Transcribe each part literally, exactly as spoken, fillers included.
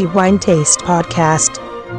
the Wine Taste Podcast.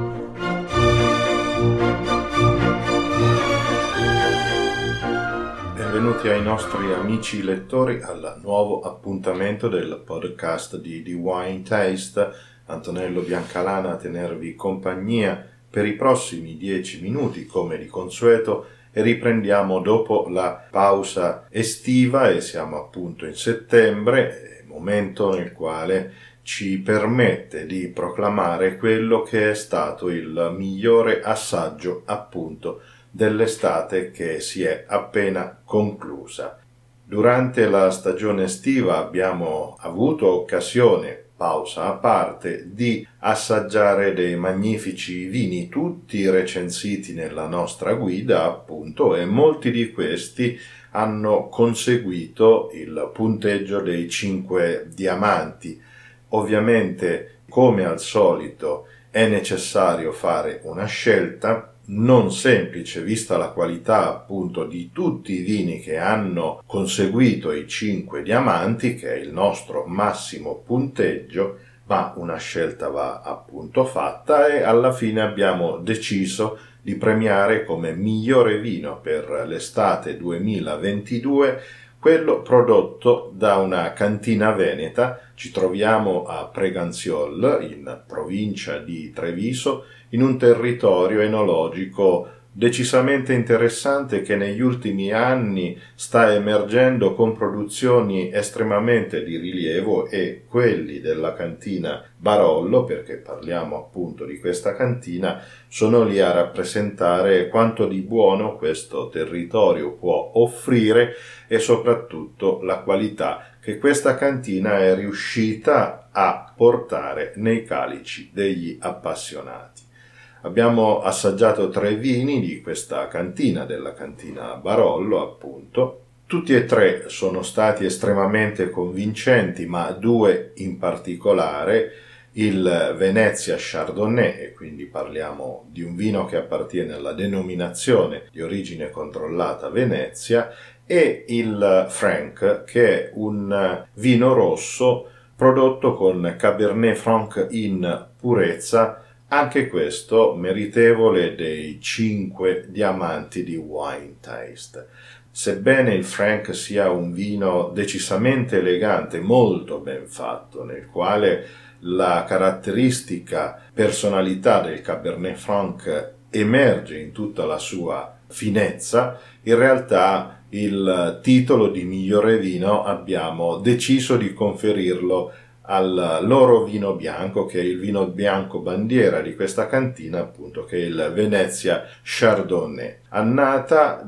Benvenuti ai nostri amici lettori al nuovo appuntamento del podcast di The Wine Taste. Antonello Biancalana a tenervi compagnia per i prossimi dieci minuti come di consueto, e riprendiamo dopo la pausa estiva e siamo appunto in settembre, momento nel quale ci permette di proclamare quello che è stato il migliore assaggio appunto dell'estate che si è appena conclusa. Durante la stagione estiva abbiamo avuto occasione, pausa a parte, di assaggiare dei magnifici vini, tutti recensiti nella nostra guida appunto, e molti di questi hanno conseguito il punteggio dei cinque diamanti. Ovviamente, come al solito, è necessario fare una scelta non semplice, vista la qualità appunto di tutti i vini che hanno conseguito i cinque diamanti, che è il nostro massimo punteggio, ma una scelta va appunto fatta e alla fine abbiamo deciso di premiare come migliore vino per l'estate duemilaventidue quello prodotto da una cantina veneta. Ci troviamo a Preganziol, in provincia di Treviso, in un territorio enologico decisamente interessante che negli ultimi anni sta emergendo con produzioni estremamente di rilievo, e quelli della cantina Barollo, perché parliamo appunto di questa cantina, sono lì a rappresentare quanto di buono questo territorio può offrire e soprattutto la qualità che questa cantina è riuscita a portare nei calici degli appassionati. Abbiamo assaggiato tre vini di questa cantina, della cantina Barollo appunto. Tutti e tre sono stati estremamente convincenti, ma due in particolare, il Venezia Chardonnay, e quindi parliamo di un vino che appartiene alla denominazione di origine controllata Venezia, e il Franc, che è un vino rosso prodotto con Cabernet Franc in purezza, anche questo meritevole dei cinque diamanti di Wine Taste. Sebbene il Franc sia un vino decisamente elegante, molto ben fatto, nel quale la caratteristica personalità del Cabernet Franc emerge in tutta la sua finezza, in realtà il titolo di migliore vino abbiamo deciso di conferirlo al loro vino bianco, che è il vino bianco bandiera di questa cantina appunto, che è il Venezia Chardonnay, annata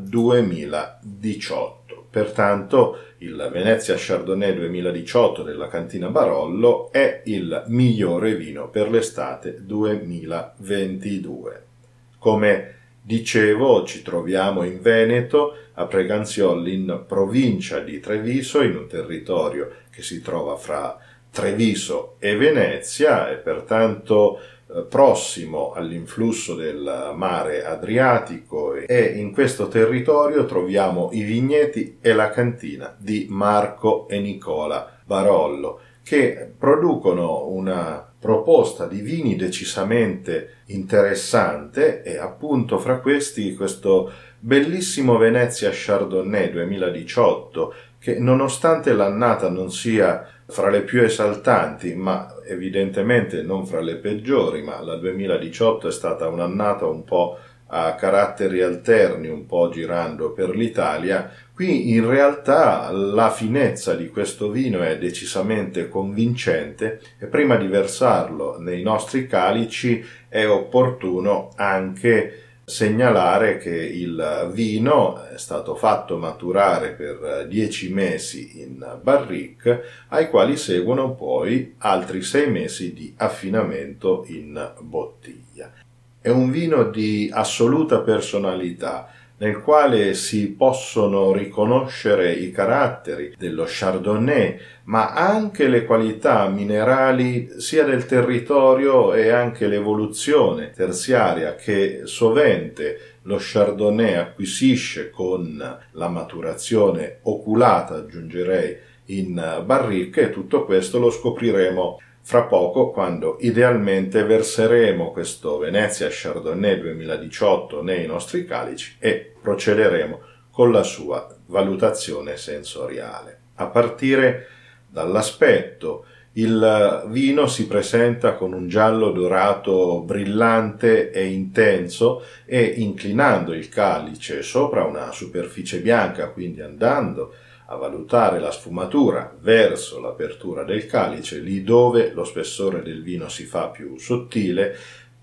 duemiladiciotto. Pertanto il Venezia Chardonnay duemiladiciotto della cantina Barollo è il migliore vino per l'estate duemilaventidue. Come dicevo, ci troviamo in Veneto, a Preganziol, in provincia di Treviso, in un territorio che si trova fra Treviso e Venezia, e pertanto eh, prossimo all'influsso del mare Adriatico, e in questo territorio troviamo i vigneti e la cantina di Marco e Nicola Barollo, che producono una proposta di vini decisamente interessante, e appunto fra questi questo bellissimo Venezia Chardonnay duemiladiciotto, che nonostante l'annata non sia fra le più esaltanti, ma evidentemente non fra le peggiori, ma la duemiladiciotto è stata un'annata un po' a caratteri alterni, un po' girando per l'Italia. Qui in realtà la finezza di questo vino è decisamente convincente, e prima di versarlo nei nostri calici è opportuno anche segnalare che il vino è stato fatto maturare per dieci mesi in barrique, ai quali seguono poi altri sei mesi di affinamento in bottiglia. È un vino di assoluta personalità, nel quale si possono riconoscere i caratteri dello Chardonnay, ma anche le qualità minerali sia del territorio e anche l'evoluzione terziaria che sovente lo Chardonnay acquisisce con la maturazione oculata, aggiungerei, in barrique, e tutto questo lo scopriremo fra poco, quando idealmente verseremo questo Venezia Chardonnay duemiladiciotto nei nostri calici e procederemo con la sua valutazione sensoriale. A partire dall'aspetto, il vino si presenta con un giallo dorato brillante e intenso e inclinando il calice sopra una superficie bianca, quindi andando a valutare la sfumatura verso l'apertura del calice, lì dove lo spessore del vino si fa più sottile,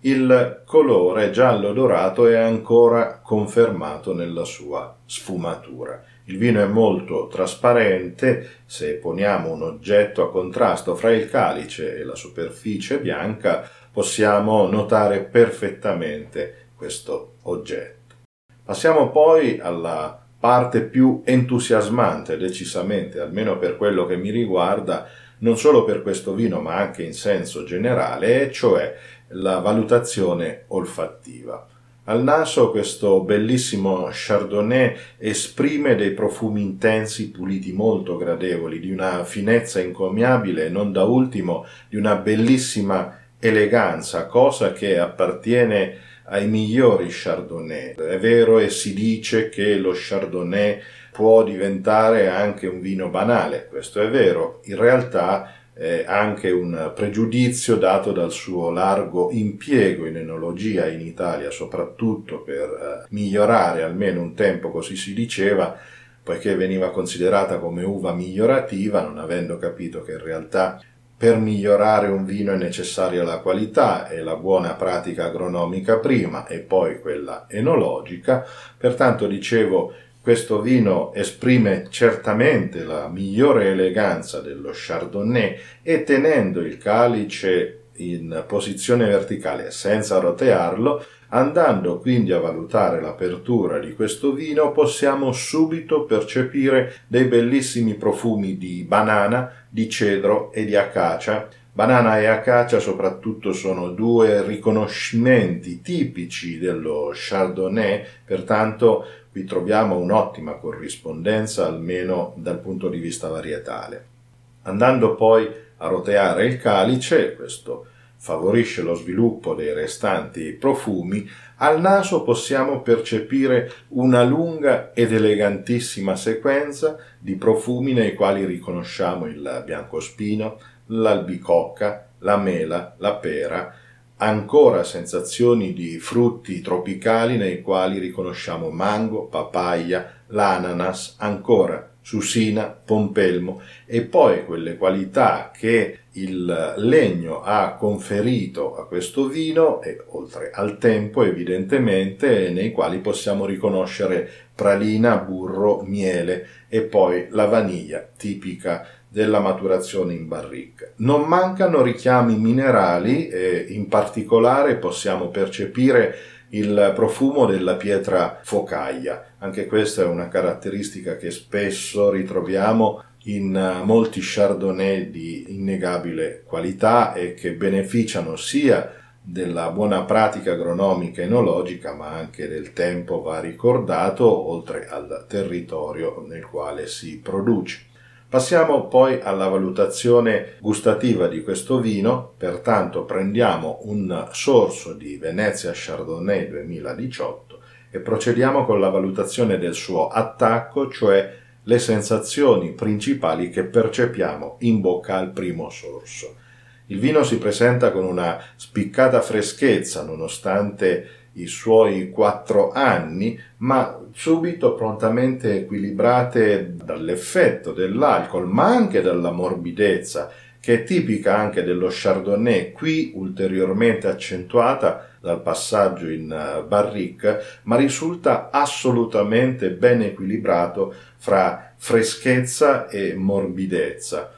il colore giallo dorato è ancora confermato nella sua sfumatura. Il vino è molto trasparente, se poniamo un oggetto a contrasto fra il calice e la superficie bianca possiamo notare perfettamente questo oggetto. Passiamo poi alla parte più entusiasmante, decisamente, almeno per quello che mi riguarda, non solo per questo vino ma anche in senso generale, e cioè la valutazione olfattiva. Al naso questo bellissimo Chardonnay esprime dei profumi intensi, puliti, molto gradevoli, di una finezza incommiabile e non da ultimo di una bellissima eleganza, cosa che appartiene ai migliori Chardonnay. È vero e si dice che lo Chardonnay può diventare anche un vino banale, questo è vero, in realtà è anche un pregiudizio dato dal suo largo impiego in enologia in Italia, soprattutto per eh, migliorare, almeno un tempo così si diceva, poiché veniva considerata come uva migliorativa, non avendo capito che in realtà per migliorare un vino è necessaria la qualità e la buona pratica agronomica prima e poi quella enologica. Pertanto, dicevo, questo vino esprime certamente la migliore eleganza dello Chardonnay e tenendo il calice in posizione verticale senza rotearlo, andando quindi a valutare l'apertura di questo vino, possiamo subito percepire dei bellissimi profumi di banana, di cedro e di acacia. Banana e acacia soprattutto sono due riconoscimenti tipici dello Chardonnay, pertanto qui troviamo un'ottima corrispondenza almeno dal punto di vista varietale. Andando poi a roteare il calice, questo favorisce lo sviluppo dei restanti profumi, al naso possiamo percepire una lunga ed elegantissima sequenza di profumi nei quali riconosciamo il biancospino, l'albicocca, la mela, la pera, ancora sensazioni di frutti tropicali nei quali riconosciamo mango, papaya, l'ananas, ancora susina, pompelmo e poi quelle qualità che il legno ha conferito a questo vino e oltre al tempo evidentemente nei quali possiamo riconoscere pralina, burro, miele e poi la vaniglia tipica della maturazione in barrica. Non mancano richiami minerali e in particolare possiamo percepire il profumo della pietra focaia. Anche questa è una caratteristica che spesso ritroviamo in molti Chardonnay di innegabile qualità e che beneficiano sia della buona pratica agronomica enologica ma anche del tempo, va ricordato, oltre al territorio nel quale si produce. Passiamo poi alla valutazione gustativa di questo vino, pertanto prendiamo un sorso di Venezia Chardonnay duemiladiciotto e procediamo con la valutazione del suo attacco, cioè le sensazioni principali che percepiamo in bocca al primo sorso. Il vino si presenta con una spiccata freschezza nonostante i suoi quattro anni, ma subito prontamente equilibrate dall'effetto dell'alcol, ma anche dalla morbidezza, che è tipica anche dello Chardonnay, qui ulteriormente accentuata dal passaggio in barrique, ma risulta assolutamente ben equilibrato fra freschezza e morbidezza.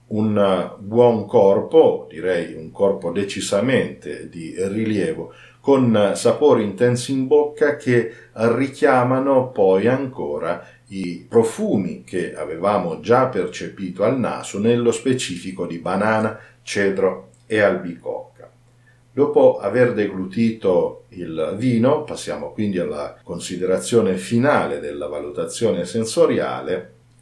Un buon corpo, direi un corpo decisamente di rilievo, con sapori intensi in bocca che richiamano poi ancora i profumi che avevamo già percepito al naso, nello specifico di banana, cedro e albicocca. Dopo aver deglutito il vino, passiamo quindi alla considerazione finale della valutazione sensoriale,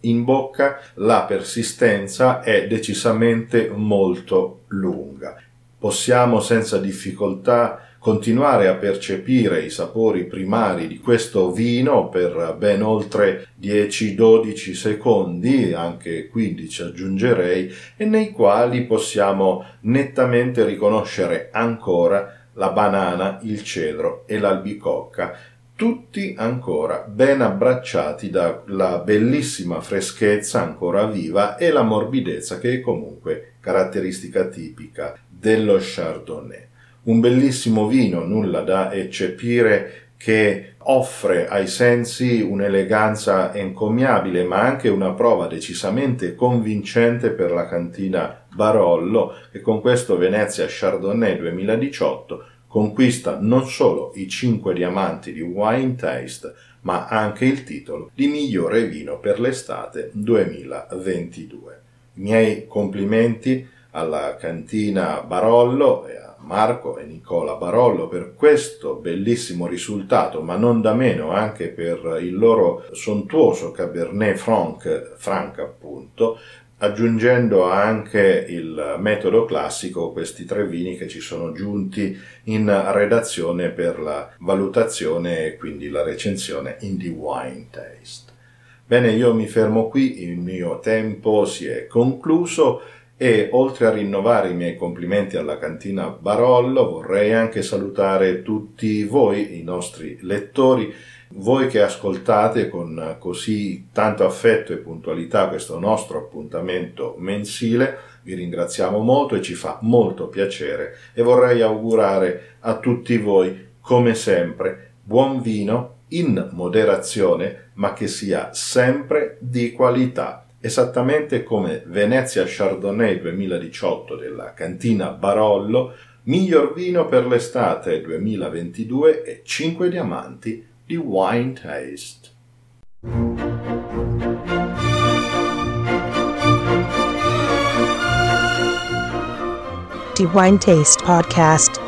in bocca la persistenza è decisamente molto lunga. Possiamo senza difficoltà continuare a percepire i sapori primari di questo vino per ben oltre dieci dodici secondi, anche quindici aggiungerei, e nei quali possiamo nettamente riconoscere ancora la banana, il cedro e l'albicocca, tutti ancora ben abbracciati dalla bellissima freschezza ancora viva e la morbidezza che è comunque caratteristica tipica dello Chardonnay. Un bellissimo vino, nulla da eccepire, che offre ai sensi un'eleganza encomiabile, ma anche una prova decisamente convincente per la cantina Barollo, che con questo Venezia Chardonnay duemiladiciotto conquista non solo i cinque diamanti di Wine Taste, ma anche il titolo di migliore vino per l'estate duemilaventidue. I miei complimenti alla cantina Barollo e a Marco e Nicola Barollo per questo bellissimo risultato, ma non da meno anche per il loro sontuoso Cabernet Franc, Franc appunto, aggiungendo anche il metodo classico, questi tre vini che ci sono giunti in redazione per la valutazione e quindi la recensione in The Wine Taste. Bene, io mi fermo qui, il mio tempo si è concluso. E oltre a rinnovare i miei complimenti alla cantina Barollo, vorrei anche salutare tutti voi, i nostri lettori, voi che ascoltate con così tanto affetto e puntualità questo nostro appuntamento mensile. Vi ringraziamo molto e ci fa molto piacere e vorrei augurare a tutti voi, come sempre, buon vino in moderazione, ma che sia sempre di qualità. Esattamente come Venezia Chardonnay duemiladiciotto della cantina Barollo, miglior vino per l'estate duemilaventidue e cinque diamanti di Wine Taste. The Wine Taste Podcast.